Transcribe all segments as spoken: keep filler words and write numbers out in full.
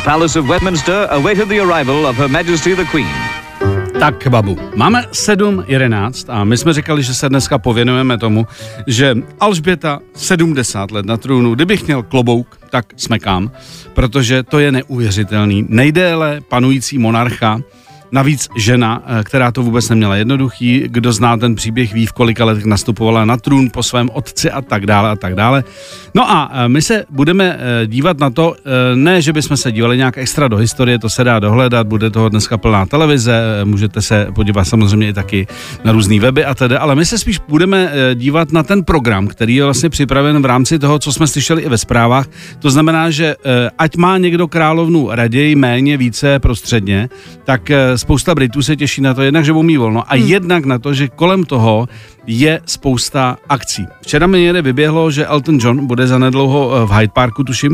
Palace of Westminster awaited the arrival of Her Majesty the Queen. Tak, babu, máme sedm jedenáct a my jsme říkali, že se dneska pověnujeme tomu, že Alžběta sedmdesát let na trůnu, kdybych měl klobouk, tak smekám, protože to je neuvěřitelný. Nejdéle panující monarcha, navíc žena, která to vůbec neměla jednoduchý, kdo zná ten příběh, ví, v kolika letech nastupovala na trůn po svém otci a tak dále a tak dále. No a my se budeme dívat na to, ne, že bychom se dívali nějak extra do historie, to se dá dohledat, bude toho dneska plná televize, můžete se podívat samozřejmě i taky na různý weby a tedy, ale my se spíš budeme dívat na ten program, který je vlastně připraven v rámci toho, co jsme slyšeli i ve zprávách. To znamená, že ať má někdo královnu raději, méně, více, prostředně, tak spousta Britů se těší na to, jednak, že umí volno a hmm. jednak na to, že kolem toho je spousta akcí. Včera mi někde vyběhlo, že Elton John bude zanedlouho v Hyde Parku, tuším,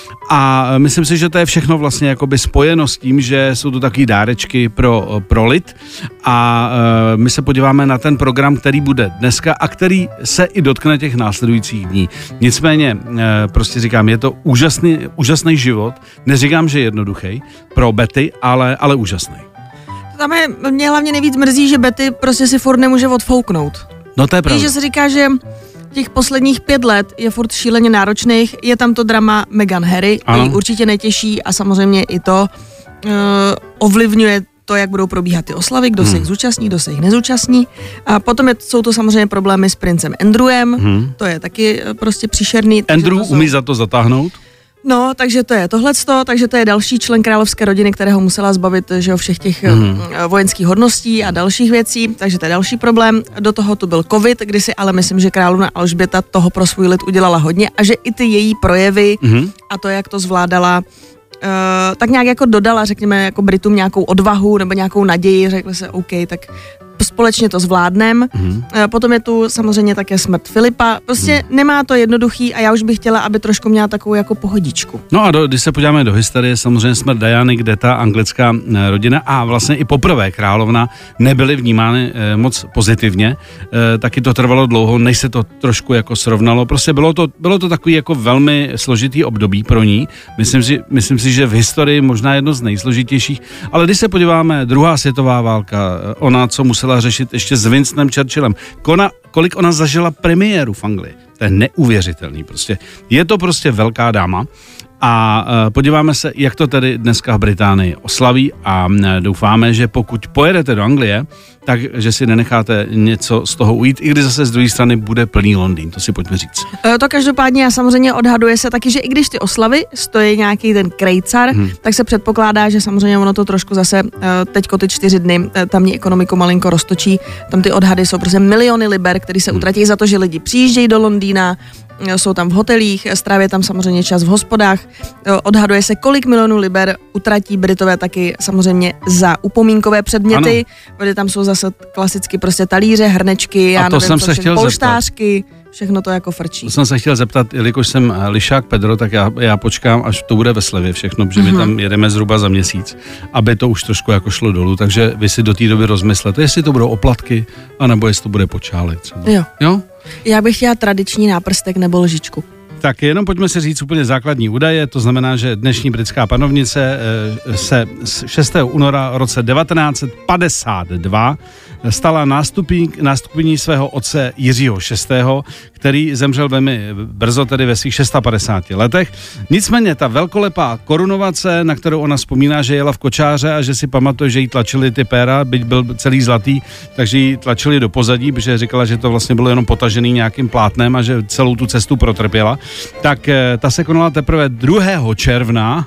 a myslím si, že to je všechno vlastně jakoby spojeno s tím, že jsou to taky dárečky pro, pro lid a uh, my se podíváme na ten program, který bude dneska a který se i dotkne těch následujících dní. Nicméně, uh, prostě říkám, je to úžasný, úžasný život, neříkám, že jednoduchý pro Betty, ale, ale úžasný. Tam je, mě hlavně nejvíc mrzí, že Betty prostě si furt nemůže odfouknout. No to je pravda. Víš, že se říká, že těch posledních pět let je furt šíleně náročných, je tam to drama Meghan Harry, který určitě netěší a samozřejmě i to uh, ovlivňuje to, jak budou probíhat ty oslavy, kdo hmm. se jich zúčastní, kdo se jich nezúčastní. A potom je, jsou to samozřejmě problémy s princem Andrewem, hmm. to je taky prostě příšerný. Andrew jsou... umí za to zatáhnout? No, takže to je tohleto, takže to je další člen královské rodiny, kterého musela zbavit, že jo, všech těch mm. vojenských hodností a dalších věcí, takže to je další problém. Do toho tu byl covid, kdy si ale myslím, že královna Alžběta toho pro svůj lid udělala hodně a že i ty její projevy mm. a to, jak to zvládala, Uh, tak nějak jako dodala, řekněme, jako Britům nějakou odvahu nebo nějakou naději, řekli se OK, tak společně to zvládnem. Mm. Uh, potom je tu samozřejmě také smrt Filipa. Prostě mm. nemá to jednoduchý a já už bych chtěla, aby trošku měla takovou jako pohodičku. No a do, když se podíváme do historie, samozřejmě smrt Diany, kde ta anglická rodina a vlastně i poprvé královna nebyly vnímány eh, moc pozitivně. Eh, taky to trvalo dlouho, než se to trošku jako srovnalo. Prostě bylo to, bylo to takový jako velmi složitý období pro ní. Myslím si, myslím si, že v historii možná jedno z nejsložitějších, ale když se podíváme, druhá světová válka, ona, co musela řešit ještě s Winstonem Churchillem, Kona, kolik ona zažila premiéru v Anglii, to je neuvěřitelný prostě. Je to prostě velká dáma a podíváme se, jak to tedy dneska v Británii oslaví a doufáme, že pokud pojedete do Anglie, takže si nenecháte něco z toho ujít, i když zase z druhé strany bude plný Londýn, to si pojďme říct. To každopádně samozřejmě odhaduje se taky, že i když ty oslavy stojí nějaký ten krejcar, hmm. tak se předpokládá, že samozřejmě ono to trošku zase teďko ty čtyři dny tamní ekonomiku malinko roztočí, tam ty odhady jsou prostě miliony liber, které se hmm. utratí za to, že lidi přijíždějí do Londýna, jsou tam v hotelích, stráví tam samozřejmě čas v hospodách. Odhaduje se, kolik milionů liber utratí Britové taky samozřejmě za upomínkové předměty, kde tam jsou zase klasicky prostě talíře, hrnečky, já a to nevím, jsem co se všem, chtěl polštářky, všechno to jako frčí. To jsem se chtěl zeptat, jelikož jsem lišák Pedro, tak já, já počkám, až to bude ve slevě všechno, protože mm-hmm. my tam jedeme zhruba za měsíc, aby to už trošku jako šlo dolů, takže vy si do té doby rozmyslete, jestli to budou oplatky, anebo jestli to bude počály třeba. Jo. Jo? Já bych chtěla tradiční náprstek nebo lžičku. Tak jenom pojďme si říct úplně základní údaje, to znamená, že dnešní britská panovnice se šestého února roce devatenáct set padesát dva stala nástupní, nástupní svého otce Jiřího šestého, který zemřel velmi brzo, tedy ve svých padesáti šesti letech. Nicméně ta velkolepá korunovace, na kterou ona vzpomíná, že jela v kočáře a že si pamatuje, že jí tlačili ty péra, byť byl celý zlatý, takže ji tlačili do pozadí, protože říkala, že to vlastně bylo jenom potažený nějakým plátnem a že celou tu cestu protrpěla. Tak ta se konala teprve druhého června,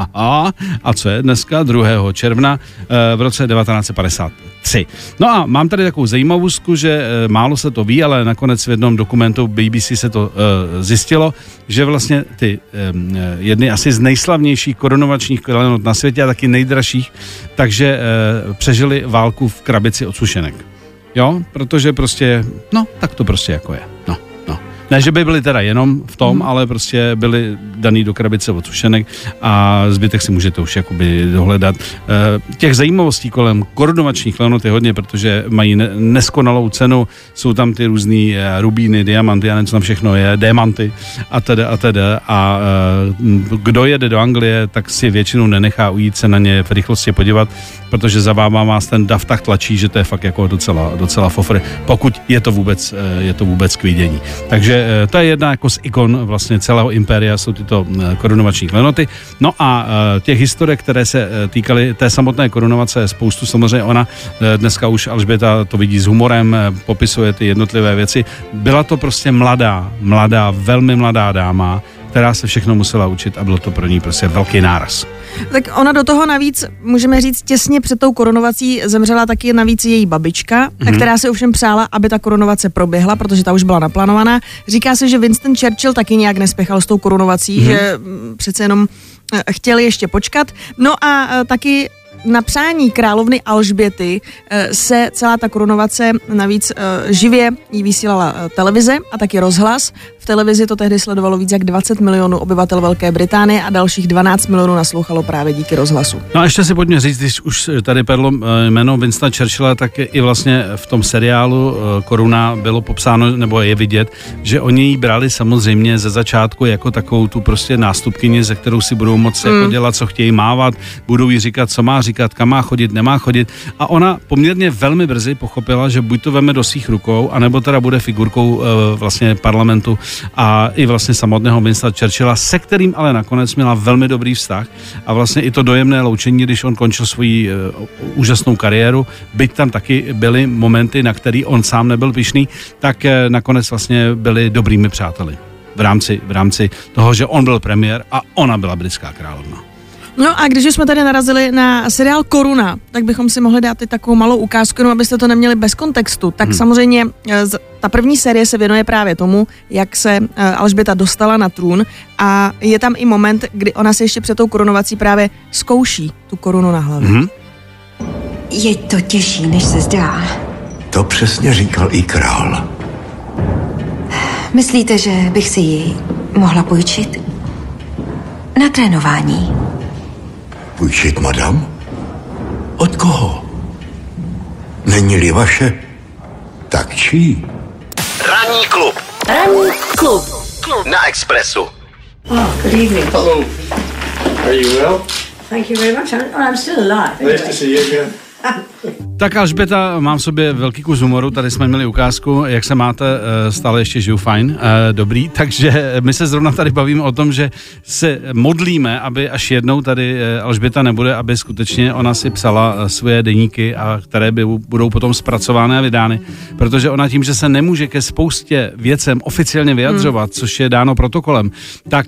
a co je dneska? druhého června v roce devatenáct set padesát tři. No a mám tady takovou zajímavostku, že málo se to ví, ale nakonec v jednom dokumentu B B C se to uh, zjistilo, že vlastně ty um, jedny asi z nejslavnějších korunovačních klenot na světě a taky nejdražších, takže uh, přežili válku v krabici od sušenek. Jo, protože prostě, no, tak to prostě jako je. No, no. Ne, že by byli teda jenom v tom, hmm. ale prostě byli daný do krabice od sušenek a zbytek si můžete už jakoby dohledat. Těch zajímavostí kolem korunovačních klenot je hodně, protože mají neskonalou cenu, jsou tam ty různý rubíny, diamanty, a nevím, co tam všechno je, démanty a teda a teda a kdo jede do Anglie, tak si většinou nenechá ujít se na ně v rychlosti podívat, protože za váma vás ten dav tak tlačí, že to je fakt jako docela, docela fofr, pokud je to vůbec, je to vůbec k vidění. Takže to je jedna jako z ikon vlastně celého impéria, jsou tyto korunovační klenoty. No a těch historek, které se týkaly té samotné korunovace, je spoustu. Samozřejmě ona dneska už Alžběta to vidí s humorem, popisuje ty jednotlivé věci. Byla to prostě mladá, mladá, velmi mladá dáma, která se všechno musela učit a bylo to pro ní prostě velký náraz. Tak ona do toho navíc, můžeme říct, těsně před tou korunovací zemřela taky navíc její babička, mm-hmm. která si ovšem přála, aby ta korunovace proběhla, protože ta už byla naplánovaná. Říká se, že Winston Churchill taky nějak nespěchal s tou korunovací, mm-hmm. že přece jenom chtěli ještě počkat. No a taky na přání královny Alžběty se celá ta korunovace navíc živě jí vysílala televize a taky rozhlas. V televizi to tehdy sledovalo víc jak dvacet milionů obyvatel Velké Británie a dalších dvanáct milionů naslouchalo právě díky rozhlasu. No a ještě si pojďme říct, když už tady padlo jméno Winstona Churchilla, tak i vlastně v tom seriálu Koruna bylo popsáno, nebo je vidět, že oni ji brali samozřejmě ze začátku jako takovou tu prostě nástupkyni, ze kterou si budou moci mm. jako dělat, co chtějí mávat, budou jí říkat, co má říkat, kam má chodit, nemá chodit. A ona poměrně velmi brzy pochopila, že buď to veme do svých rukou, anebo teda bude figurkou e, vlastně parlamentu a i vlastně samotného Winstona Churchilla, se kterým ale nakonec měla velmi dobrý vztah a vlastně i to dojemné loučení, když on končil svoji e, úžasnou kariéru, byť tam taky byly momenty, na který on sám nebyl pyšný, tak e, nakonec vlastně byli dobrými přáteli v rámci, v rámci toho, že on byl premiér a ona byla britská královna. No a když jsme tady narazili na seriál Koruna, tak bychom si mohli dát i takovou malou ukázku, jenom abyste to neměli bez kontextu. Tak hmm. samozřejmě ta první série se věnuje právě tomu, jak se Alžběta dostala na trůn a je tam i moment, kdy ona se ještě před tou korunovací právě zkouší tu korunu na hlavě. Hmm. Je to těžší, než se zdá. To přesně říkal i král. Myslíte, že bych si ji mohla půjčit? Na trénování. Půjčit, madam? Od koho? Není-li vaše? Tak čí? Ranní klub. Ranní klub. Klub na Expressu. Oh, good evening. Hello. Are you well? Thank you very much. I'm, oh, I'm still alive. Nice anyway. To see you again. Tak Alžběta, mám v sobě velký kus humoru, tady jsme měli ukázku, jak se máte, stále ještě žiju fajn, dobrý, takže my se zrovna tady bavíme o tom, že se modlíme, aby až jednou tady Alžběta nebude, aby skutečně ona si psala svoje deníky, a které by budou potom zpracovány a vydány, protože ona tím, že se nemůže ke spoustě věcem oficiálně vyjadřovat, hmm. což je dáno protokolem, tak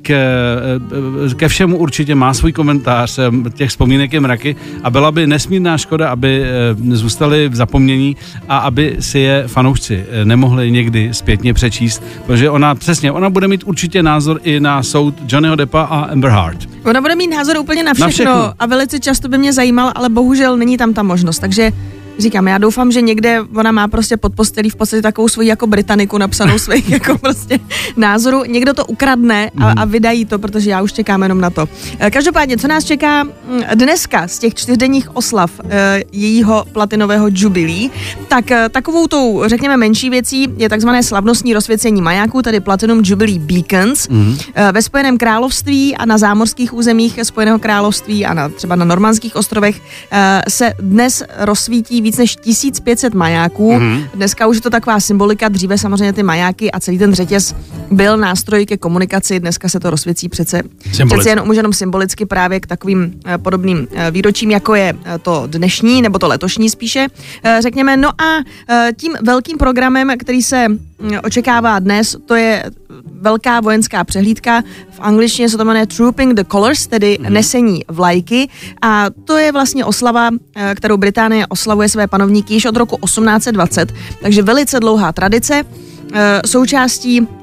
ke všemu určitě má svůj komentář, těch vzpomínek je mraky a byla by nesmírná škoda, aby zůstali v zapomnění a aby si je fanoušci nemohli někdy zpětně přečíst, protože ona přesně, ona bude mít určitě názor i na soud Johnnyho Deppa a Amber Heard. Ona bude mít názor úplně na všechno, na všechno. A velice často by mě zajímal, ale bohužel není tam ta možnost, takže říkám, já doufám, že někde ona má prostě pod postelí v podstatě takovou svoji jako Britaniku napsanou svých jako prostě názoru. Někdo to ukradne a, a vydají to, protože já už čekám jenom na to. Každopádně, co nás čeká dneska z těch čtyřdenních oslav e, jejího platinového jubilí, tak e, takovou tou, řekněme, menší věcí je takzvané slavnostní rozsvěcení majáků, tedy Platinum Jubilee Beacons. Mm. E, ve Spojeném království a na zámořských územích Spojeného království a na, třeba na Normandských ostrovech e, se dnes rozsvítí víc než tisíc pět set majáků. Mm-hmm. Dneska už je to taková symbolika, dříve samozřejmě ty majáky a celý ten řetěz byl nástroj ke komunikaci, dneska se to rozsvěcí přece, přece jen, už jenom symbolicky právě k takovým eh, podobným eh, výročím, jako je eh, to dnešní, nebo to letošní spíše, eh, řekněme. No a eh, tím velkým programem, který se eh, očekává dnes, to je velká vojenská přehlídka, v angličtině se to jmenuje Trooping the Colours, tedy mm. nesení vlajky, a to je vlastně oslava, eh, kterou Británie oslavuje své panovníky již od roku osmnáct set dvacet, takže velice dlouhá tradice. Součástí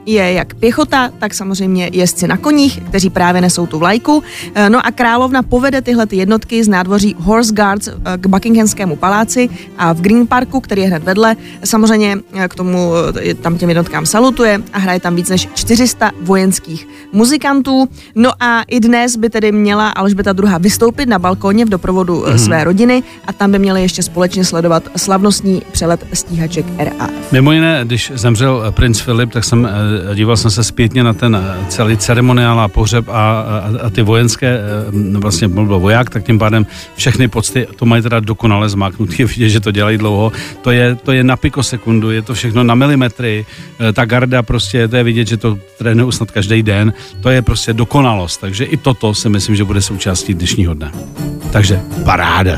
je jak pěchota, tak samozřejmě jezdci na koních, kteří právě nesou tu vlajku. No a královna povede tyhle ty jednotky z nádvoří Horse Guards k Buckinghamskému paláci a v Green Parku, který je hned vedle, samozřejmě k tomu tam těm jednotkám salutuje a hraje tam víc než čtyři sta vojenských muzikantů. No a i dnes by tedy měla Alžběta druhá. vystoupit na balkóně v doprovodu mm. své rodiny a tam by měli ještě společně sledovat slavnostní přelet stíhaček R A F. Mimo jiné, když zemřel princ Filip, tak jsem díval jsem se zpětně na ten celý ceremoniál a pohřeb a, a, a ty vojenské, vlastně byl voják, tak tím pádem všechny pocty, to mají teda dokonale zmáknutý, je vidět, že to dělají dlouho, to je, to je na pikosekundu, je to všechno na milimetry, ta garda prostě, to je vidět, že to trénují snad každý den, to je prostě dokonalost, takže i toto si myslím, že bude součástí dnešního dne. Takže paráda.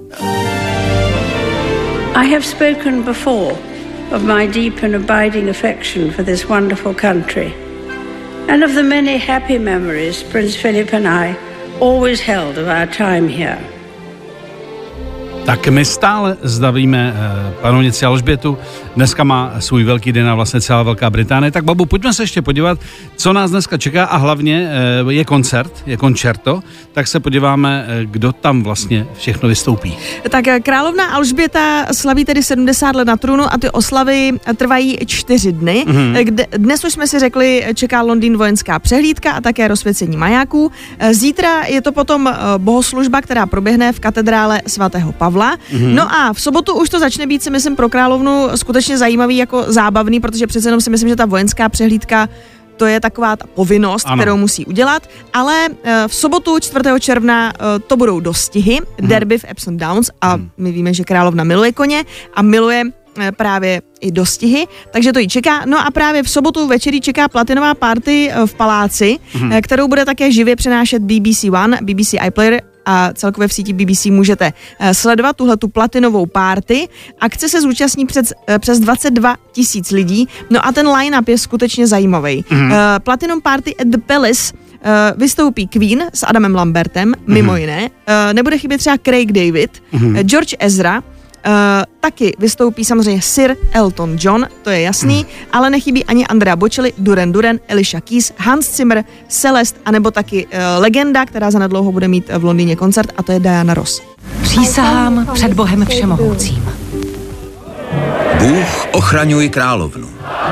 I have spoken before of my deep and abiding affection for this wonderful country and of the many happy memories Prince Philip and I always held of our time here. Tak my stále zdravíme eh, panovnici Alžbětu. Dneska má svůj velký den a vlastně celá Velká Británie. Tak babu, pojďme se ještě podívat, co nás dneska čeká a hlavně eh, je koncert, je koncerto, tak se podíváme, eh, kdo tam vlastně všechno vystoupí. Tak královna Alžběta slaví tedy sedmdesát let na trůnu a ty oslavy trvají čtyři dny. Mm-hmm. Dnes už jsme si řekli, čeká Londýn vojenská přehlídka a také rozsvěcení majáků. Zítra je to potom bohoslužba, která proběhne v katedrále svatého Pavla. Mm-hmm. No a v sobotu už to začne být, si myslím, pro královnu skutečně zajímavý, jako zábavný, protože přece jenom si myslím, že ta vojenská přehlídka to je taková ta povinnost, ano, kterou musí udělat, ale v sobotu čtvrtého června to budou dostihy, mm-hmm. derby v Epsom Downs a mm. my víme, že královna miluje koně a miluje právě i dostihy, takže to jí čeká. No a právě v sobotu večerí čeká platinová party v paláci, mm-hmm. kterou bude také živě přenášet B B C One, B B C iPlayer a celkově v síti B B C můžete sledovat tuhletu platinovou party. Akce se zúčastní přes, přes dvacet dva tisíc lidí, no a ten line-up je skutečně zajímavý. Mm-hmm. Platinum Party at the Palace vystoupí Queen s Adamem Lambertem, mm-hmm. mimo jiné. Nebude chybět třeba Craig David, mm-hmm. George Ezra, Uh, taky vystoupí samozřejmě Sir Elton John, to je jasný, mm. ale nechybí ani Andrea Bocelli, Duran Duran, Alicia Keys, Hans Zimmer, Celeste, anebo taky uh, legenda, která zanedlouho bude mít v Londýně koncert, a to je Diana Ross. Přísahám před Bohem všemohoucím. Bůh ochraňuj královnu.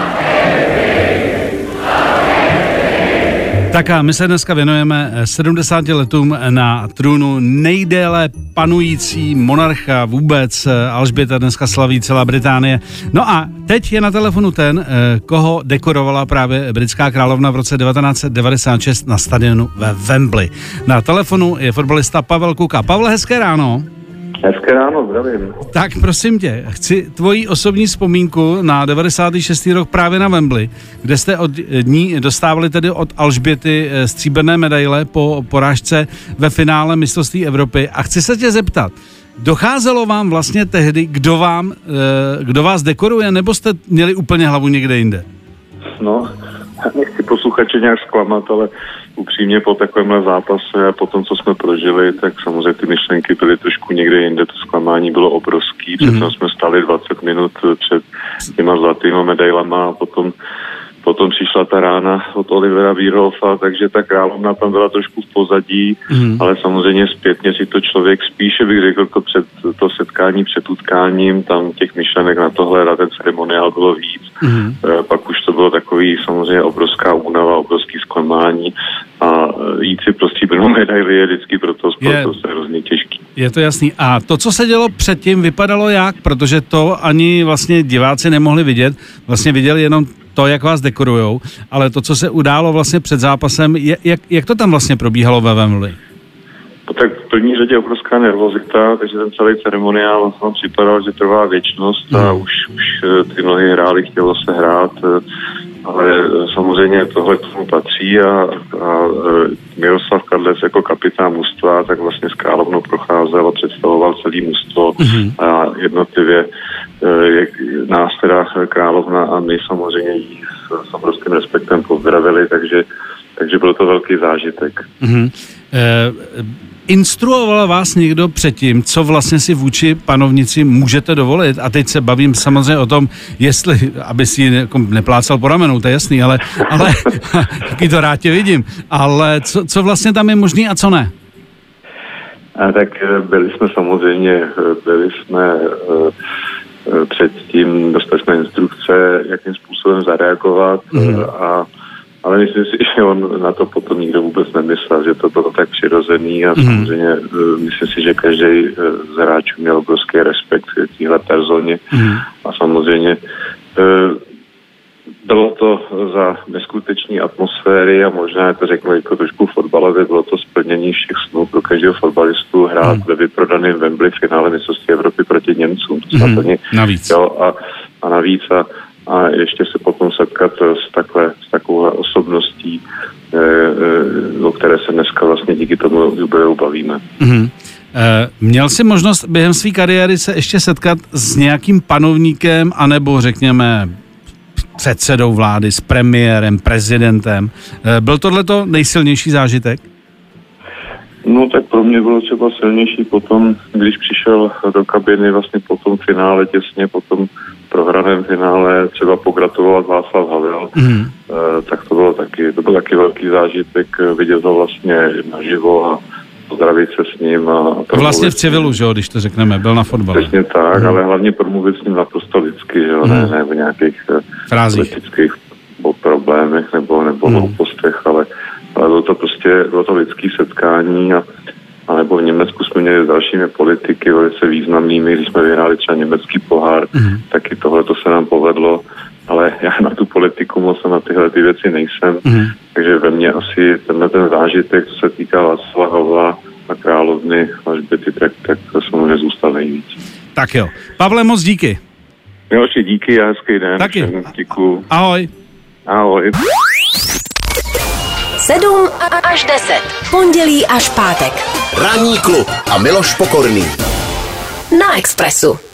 Tak a my se dneska věnujeme sedmdesáti letům na trůnu nejdéle panující monarcha vůbec. Alžběta dneska slaví celá Británie. No a teď je na telefonu ten, koho dekorovala právě britská královna v roce devatenáct set devadesát šest na stadionu ve Wembley. Na telefonu je fotbalista Pavel Kuka. Pavle, hezké ráno. Hezké ráno, zdravím. Tak prosím tě, chci tvoji osobní vzpomínku na devadesátý šestý rok právě na Wembley, kde jste od ní dostávali tedy od Alžběty stříbrné medaile po porážce ve finále mistrovství Evropy. A chci se tě zeptat, docházelo vám vlastně tehdy, kdo vám, kdo vás dekoruje, nebo jste měli úplně hlavu někde jinde? No, nechci posluchače nějak zklamat, ale upřímně po takovémhle zápase a po tom, co jsme prožili, tak samozřejmě ty myšlenky byly trošku někde jinde, to zklamání bylo obrovský, přece mm-hmm. jsme stali dvacet minut před těma zlatýma medailama a potom Potom přišla ta rána od Olivera Bierhofa, takže ta královna tam byla trošku v pozadí, mm. ale samozřejmě zpětně si to člověk spíše, bych řekl, to, před, to setkání před utkáním, tam těch myšlenek na tohle a ten ceremoniál bylo víc. Mm. E, pak už to bylo takový samozřejmě obrovská únava, obrovský zklamání a jít si pro stříbrnou medaili je vždycky pro toho sportovce hrozně těžký. Je to jasný. A to, co se dělo předtím, vypadalo jak? Protože to ani vlastně diváci nemohli vidět. Vlastně viděli jenom to, jak vás dekorujou, ale to, co se událo vlastně před zápasem, je, jak, jak to tam vlastně probíhalo ve Wembley? No tak v první řadě obrovská nervozita, takže ten celý ceremoniál vám připadal, že trvá věčnost a hmm. už, už ty nohy hrály, chtělo se hrát, ale samozřejmě tohle k tomu patří a, a Miroslav Kadlec jako kapitán mužstva tak vlastně s královnou procházel a představoval celý mužstvo hmm. a jednotlivě jak nás teda královna a my samozřejmě jí s, s obrovským respektem pozdravili, takže, takže byl to velký zážitek. Mm-hmm. E, instruoval vás někdo předtím, co vlastně si vůči panovnici můžete dovolit? A teď se bavím samozřejmě o tom, jestli, aby si jako neplácal po ramenu, to je jasný, ale, ale taky to rád tě vidím, ale co, co vlastně tam je možný a co ne? A tak byli jsme samozřejmě, byli jsme uh, předtím, dostali jsme instrukce, jakým způsobem zareagovat, mm. a, ale myslím si, že on na to potom nikdo vůbec nemyslel, že to bylo tak přirozený a mm. samozřejmě uh, myslím si, že každý uh, z hráčů měl obrovský respekt k téhle personě mm. a samozřejmě uh, bylo to za neskuteční atmosféry a možná to řeknu jako trošku fotbalově, bylo to splnění všech snů pro každého fotbalistu hrát mm. ve vyprodaném Wembley finále mistrovství Evropy proti Němcům. To mm. plně, navíc. Jo, a, a navíc a, a ještě se potom setkat s, takhle, s takovou osobností, e, e, o které se dneska vlastně díky tomu jubileu bavíme. Mm. E, měl jsi možnost během své kariéry se ještě setkat s nějakým panovníkem anebo řekněme předsedou vlády, s premiérem, prezidentem. Byl tohleto nejsilnější zážitek? No tak pro mě bylo třeba silnější potom, když přišel do kabiny vlastně po tom finále, těsně po tom prohraném finále, třeba pogratulovat Václav Havel, mm. e, tak to bylo taky, to byl taky velký zážitek, vidět ho vlastně naživo a pozdravit se s ním. A vlastně v civilu, že jo, když to řekneme, byl na fotbale. Přesně tak, mm. ale hlavně promluvit s ním naprosto lidsky, že jo, mm. ne, ne v nějakých politických problémech nebo, nebo mm. postech, ale, ale bylo to prostě, bylo to lidský setkání a, a nebo v Německu jsme měli s dalšími politiky velice významnými, když jsme vyhráli třeba německý pohár, mm. taky tohle to se nám povedlo, ale já na tu politiku moc na tyhle ty věci nejsem, mm. takže ve mně asi tenhle ten zážitek, co se týká Václava Havla a královny Alžběty, tak, tak to samozřejmě zůstal nejvíc. Tak jo. Pavle, moc díky. Miloši, díky a hezký den. Taky. Díku. Ahoj. Ahoj. sedm až deset. Pondělí až pátek. Ranní klub a Miloš Pokorný. Na Expressu.